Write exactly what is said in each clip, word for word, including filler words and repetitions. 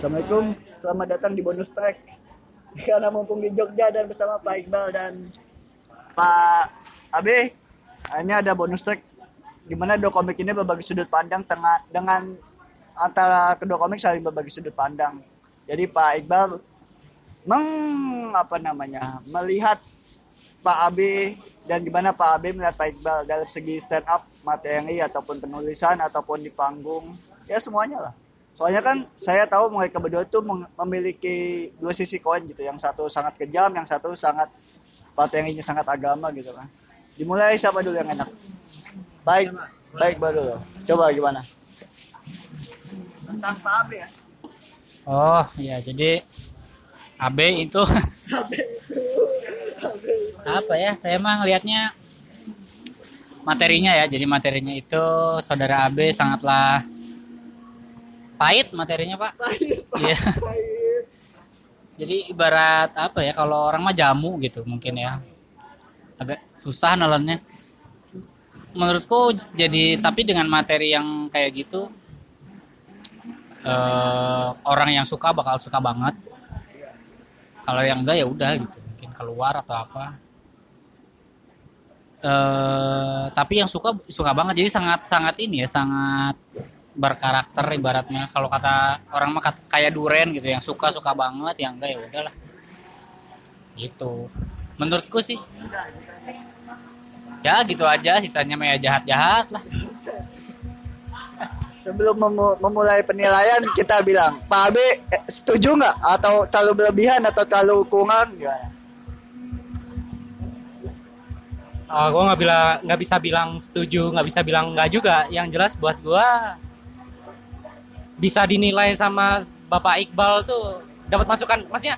Assalamualaikum, selamat datang di bonus track. Karena mumpung di Jogja dan bersama Pak Iqbal dan Pak Abe, ini ada bonus track di mana dua komik ini berbagi sudut pandang tengah dengan antara kedua komik saling berbagi sudut pandang. Jadi Pak Iqbal meng apa namanya melihat Pak Abe dan gimana Pak Abe melihat Pak Iqbal dalam segi stand up materi ataupun penulisan ataupun di panggung, ya semuanya lah. Soalnya kan saya tahu mereka berdua itu memiliki dua sisi koin gitu. Yang satu sangat kejam, yang satu sangat materinya sangat agama gitu kan. Dimulai siapa dulu yang enak? Baik, baik baru. Coba gimana? Tentang Pak Abe ya. Oh iya, jadi Abe itu apa ya? Saya emang lihatnya materinya ya. Jadi materinya itu saudara Abe sangatlah pahit materinya, Pak. Iya. Jadi ibarat apa ya, kalau orang mah jamu gitu mungkin ya. Agak susah nelennya. Menurutku jadi, tapi dengan materi yang kayak gitu eh, orang yang suka bakal suka banget. Kalau yang enggak ya udah gitu, mungkin keluar atau apa. Eh, tapi yang suka suka banget. Jadi sangat sangat ini ya, sangat berkarakter ibaratnya. Kalau kata orang mah kayak duren gitu, yang suka suka banget, yang enggak ya udahlah gitu menurutku sih. Ya gitu aja, sisanya mah ya jahat-jahat lah. Sebelum memu- memulai penilaian kita bilang Pak Abe eh, setuju nggak atau terlalu berlebihan atau terlalu kurang gimana? Uh, gue nggak bilang, nggak bisa bilang setuju, nggak bisa bilang nggak juga. Yang jelas buat gue bisa dinilai sama Bapak Iqbal tuh dapat masukan, maksudnya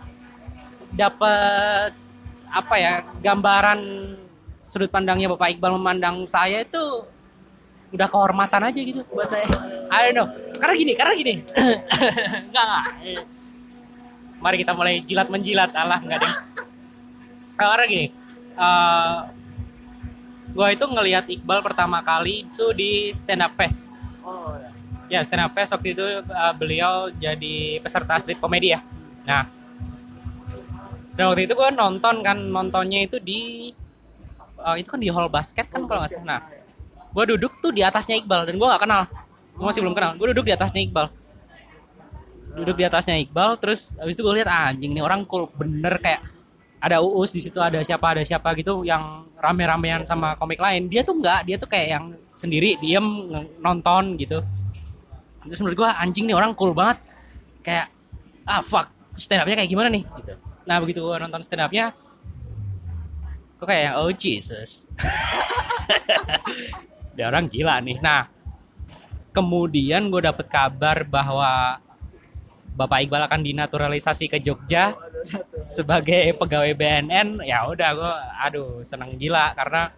dapat apa ya, gambaran sudut pandangnya Bapak Iqbal memandang saya itu udah kehormatan aja gitu buat saya. I don't know. Karena gini, karena gini. Enggak, enggak. Mari kita mulai jilat menjilat. Alah, enggak deh. Karena gini. Uh, gue itu ngelihat Iqbal pertama kali itu di Stand Up Fest. Oh ya. Ya, Stand Up Fest waktu itu uh, beliau jadi peserta street comedy ya. Nah, dan waktu itu gue nonton kan, nontonnya itu di uh, itu kan di hall basket kan kalau nggak salah. Nah, gue duduk tuh di atasnya Iqbal dan gue nggak kenal, gue masih belum kenal. Gue duduk di atasnya Iqbal, duduk di atasnya Iqbal. Terus abis itu gue lihat, ah, anjing ini orang cool bener, kayak ada Uus di situ, ada siapa ada siapa gitu yang rame-ramean sama komik lain. Dia tuh nggak, dia tuh kayak yang sendiri diem nonton gitu. Terus menurut gue, anjing nih orang cool banget, kayak ah fuck, stand up-nya kayak gimana nih gitu. Nah begitu gue nonton stand up-nya, gue kayak oh Jesus. Dia orang gila nih. Nah kemudian gue dapet kabar bahwa Bapak Iqbal akan dinaturalisasi ke Jogja sebagai pegawai B N N. Ya udah gue aduh seneng gila, karena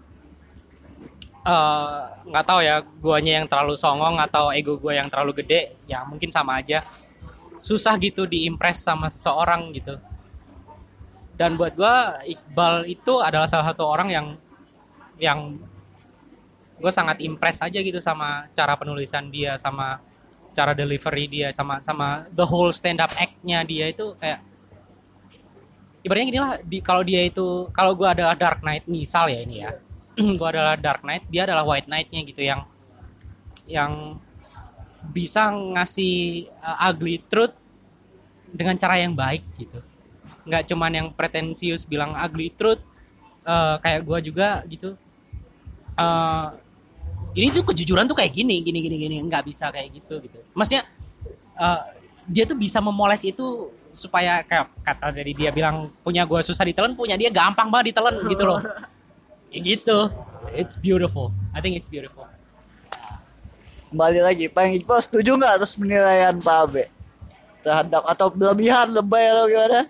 nggak uh, tahu ya, guanya yang terlalu songong atau ego gue yang terlalu gede, ya mungkin sama aja. Susah gitu diimpress sama seseorang gitu. Dan buat gue Iqbal itu adalah salah satu orang yang yang gue sangat impress aja gitu sama cara penulisan dia, sama cara delivery dia, sama sama the whole stand up act-nya dia itu kayak ibaratnya gini lah, di, kalau dia itu, kalau gue adalah Dark Knight misal ya ini ya, gue adalah Dark Knight, dia adalah White Knight-nya gitu, yang yang bisa ngasih uh, ugly truth dengan cara yang baik gitu. Nggak cuman yang pretensius bilang ugly truth, uh, kayak gue juga gitu. Uh, ini tuh kejujuran tuh kayak gini, gini, gini, gini, nggak bisa kayak gitu gitu. Maksudnya uh, dia tuh bisa memoles itu supaya kayak kata jadi dia bilang punya gue susah ditelan, punya dia gampang banget ditelan gitu loh. Ya gitu. It's beautiful. I think it's beautiful. Kembali lagi, Pak Iqbal setuju nggak atas penilaian Pak Abe terhadap atau berlebihan, lebay atau gimana?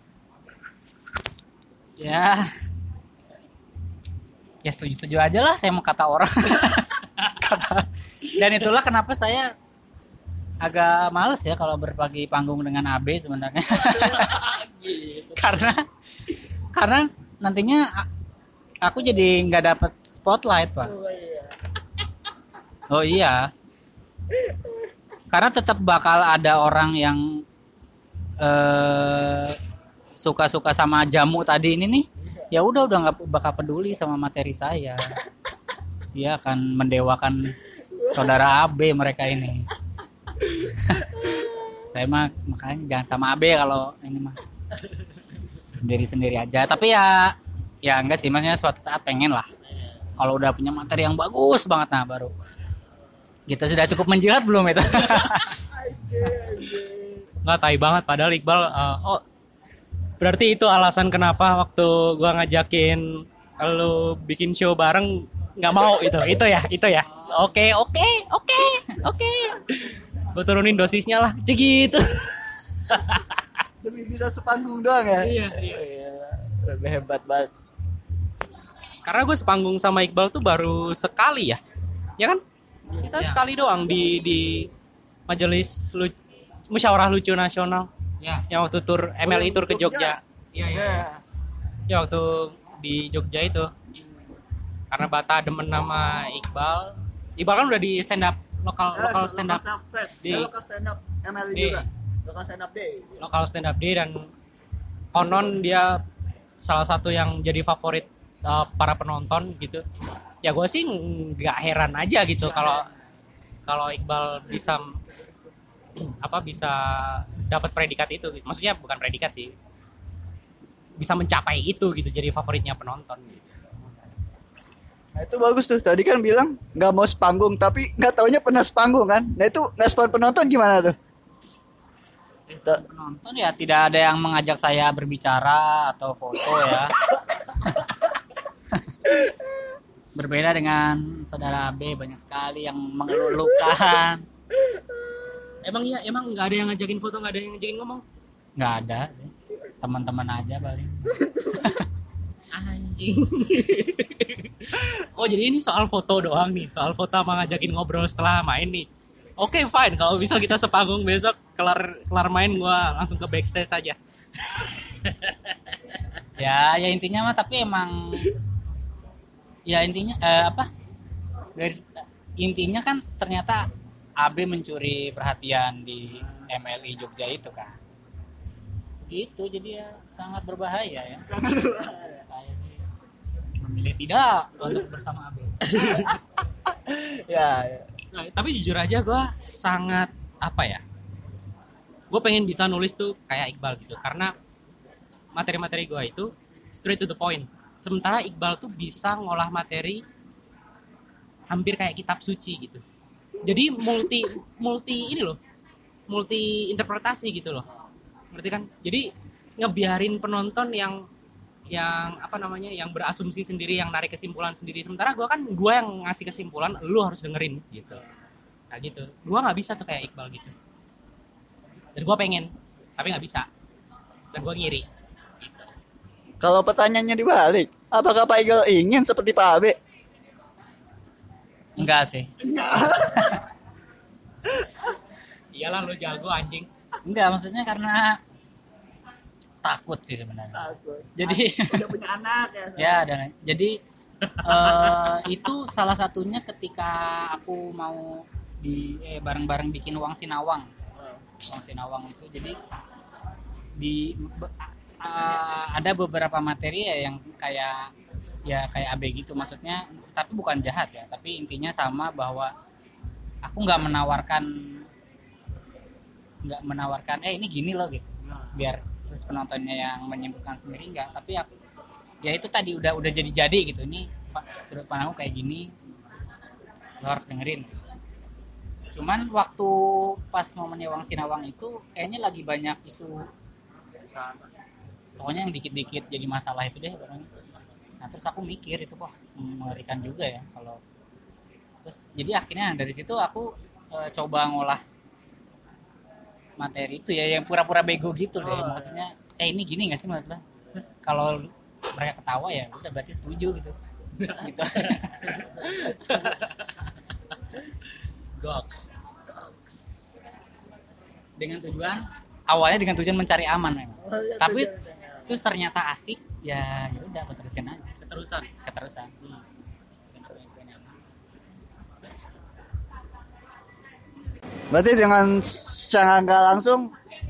Ya, ya setuju-setuju aja lah, saya mau kata orang. Kata. Dan itulah kenapa saya agak males ya kalau berbagi panggung dengan Abe sebenarnya. Gitu. karena karena nantinya aku jadi nggak dapet spotlight, Pak. Oh iya. Karena tetap bakal ada orang yang eh, suka-suka sama jamu tadi ini nih. Ya udah udah nggak bakal peduli sama materi saya. Dia akan mendewakan saudara A B mereka ini. Saya mah makanya jangan sama A B kalau ini mah sendiri-sendiri aja. Tapi ya ya enggak sih, maksudnya suatu saat pengen lah. Kalau udah punya materi yang bagus banget nah baru. Kita sudah cukup menjilat belum itu? Nggak, tai banget padahal Iqbal uh, oh berarti itu alasan kenapa waktu gua ngajakin lu bikin show bareng nggak mau itu itu ya itu ya oke oke oke oke gua turunin dosisnya lah cek gitu. Demi bisa sepanggung doang ya. Iya, iya. Lebih hebat banget. Karena gue sepanggung sama Iqbal tuh baru sekali ya ya kan kita Ya. sekali doang di di majelis lu, musyawarah lucu nasional Ya. yang waktu tur M L I tur ke Jogja. Iya, iya. Ya. Ya waktu di Jogja itu. Karena Bata demen nama Iqbal. Iqbal kan udah di stand up lokal Ya, lokal stand up fest. di- Ya, lokal stand up M L I di- juga. Lokal stand up day. lokal stand up day dan konon dia salah satu yang jadi favorit uh, para penonton gitu. Ya gue sih nggak heran aja gitu kalau kalau Iqbal bisa apa bisa dapat predikat itu. Maksudnya bukan predikat sih. Bisa mencapai itu gitu jadi favoritnya penonton gitu. Nah itu bagus tuh. Tadi kan bilang nggak mau sepanggung, tapi nggak taunya pernah sepanggung kan. Nah itu nggak sepon penonton gimana tuh? Ta- Penonton ya tidak ada yang mengajak saya berbicara atau foto ya. Berbeda dengan saudara B, banyak sekali yang mengeluh-elukan. Emang iya, emang nggak ada yang ngajakin foto, nggak ada yang ngajakin ngomong. Nggak ada sih. Teman-teman aja paling. Anjing. Oh jadi ini soal foto doang nih, soal foto sama ngajakin ngobrol setelah main nih. Oke fine, kalau bisa kita sepanggung besok kelar kelar main gua langsung ke backstage aja. Ya, ya intinya mah tapi emang ya intinya eh, apa? Garis intinya kan ternyata A B mencuri perhatian di M L I Jogja itu kan. Gitu, jadi ya sangat berbahaya ya. Saya sih memilih tidak untuk bersama A B. Ya, ya. Nah, tapi jujur aja gua sangat apa ya? Gue pengen bisa nulis tuh kayak Iqbal gitu, karena materi-materi gua itu straight to the point. Sementara Iqbal tuh bisa ngolah materi hampir kayak kitab suci gitu. Jadi multi multi ini loh, multi interpretasi gitu loh. Ngerti kan? Jadi ngebiarin penonton yang yang apa namanya, yang berasumsi sendiri, yang narik kesimpulan sendiri. Sementara gue kan gue yang ngasih kesimpulan, lu harus dengerin gitu. Nah gitu. Gue nggak bisa tuh kayak Iqbal gitu. Dan gue pengen, tapi nggak bisa. Dan gue ngiri. Gitu. Kalau pertanyaannya dibalik, apakah Pak Iqbal ingin seperti Pak Abe? Enggak sih. Iyalah lu jago anjing. Enggak, maksudnya karena takut sih sebenarnya. Takut. Jadi Udah punya anak ya. ya dan jadi eh, itu salah satunya ketika aku mau di eh, bareng-bareng bikin uang sinawang. Uang sinawang itu jadi di be- eh, ada beberapa materi ya yang kayak ya kayak A B gitu, maksudnya tapi bukan jahat ya, tapi intinya sama bahwa aku nggak menawarkan nggak menawarkan eh ini gini loh gitu biar terus penontonnya yang menyimpulkan sendiri, enggak, tapi aku ya itu tadi udah udah jadi jadi gitu, ini Pak, sudut pandangku kayak gini, lo harus dengerin. Cuman waktu pas momennya Wang Sinawang itu kayaknya lagi banyak isu, pokoknya yang dikit-dikit jadi masalah itu deh pokoknya. Nah terus aku mikir itu kok mengerikan juga ya kalau terus, jadi akhirnya dari situ aku e, coba ngolah materi itu ya yang pura-pura bego gitu deh, Oh, maksudnya eh ini gini nggak sih menurut lo, terus kalau mereka ketawa ya udah berarti setuju gitu gitu. Goks. Dengan tujuan awalnya dengan tujuan mencari aman memang, Oh, iya, tapi tujuan, tujuan. terus ternyata asik ya ya udah aku terusin aja Keterusan. keterusan. Berarti dengan secara nggak langsung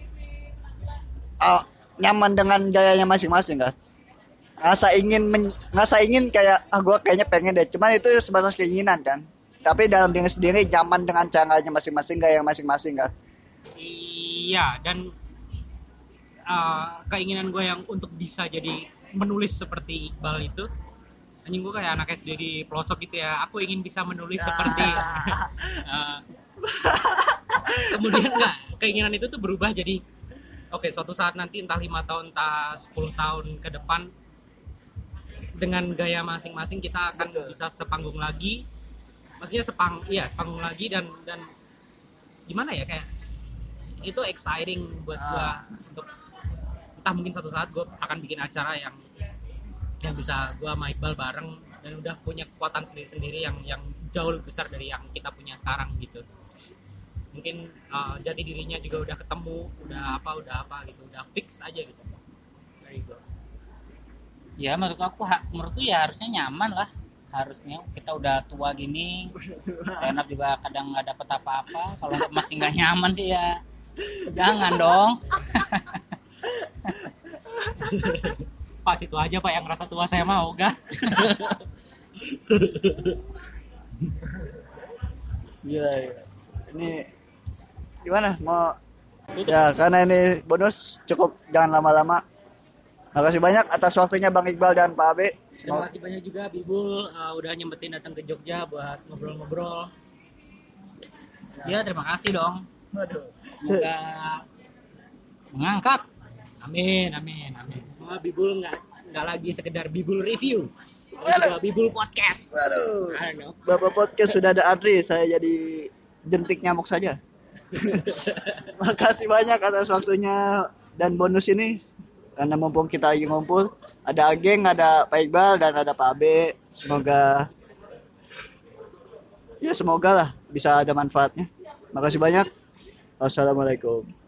ah, nyaman dengan gayanya masing-masing kan? Ngasa ingin men- ngasa ingin kayak ah gue kayaknya pengen deh, cuman itu sebatas keinginan kan. Tapi dalam diri sendiri nyaman dengan caranya masing-masing, gaya masing-masing kan. Iya, dan uh, keinginan gue yang untuk bisa jadi menulis seperti Iqbal itu, anjing gue kayak anak S D di pelosok gitu ya. Aku ingin bisa menulis seperti uh, kemudian enggak, keinginan itu tuh berubah jadi oke, okay, suatu saat nanti entah lima tahun entah sepuluh tahun ke depan dengan gaya masing-masing kita akan Betul. bisa sepanggung lagi. Maksudnya sepang iya, sepanggung lagi dan dan gimana ya, kayak itu exciting buat gua Ah. untuk entah mungkin satu saat gua akan bikin acara yang yang bisa gua sama Iqbal bareng dan udah punya kekuatan sendiri-sendiri yang yang jauh lebih besar dari yang kita punya sekarang gitu. Mungkin uh, jati dirinya juga udah ketemu, udah apa udah apa gitu, udah fix aja gitu. Dari gua. Ya menurut aku ha- menurutku ya harusnya nyaman lah, harusnya kita udah tua gini, stand up juga kadang nggak dapet apa-apa, kalau nggak- masih nggak nyaman sih ya jangan dong. Pas itu aja Pak yang rasa tua saya mau gak? Gila ya. Ini gimana mau ya karena ini bonus cukup jangan lama-lama. Makasih banyak atas waktunya Bang Iqbal dan Pak Abe. Terima kasih banyak juga Bibul uh, udah nyempetin datang ke Jogja buat ngobrol-ngobrol. Ya terima kasih dong, Waduh. semoga mengangkat. Amin, amin, amin. Semua Bibul nggak nggak lagi sekedar Bibul review, tapi juga Bibul podcast. Waduh. I don't know. Bapak podcast sudah ada Adri, saya jadi jentik nyamuk saja. Makasih banyak atas waktunya dan bonus ini. Karena mumpung kita lagi ngumpul, ada Ageng, ada Pak Iqbal dan ada Pak Abe. Semoga ya semoga lah bisa ada manfaatnya. Makasih banyak. Wassalamualaikum.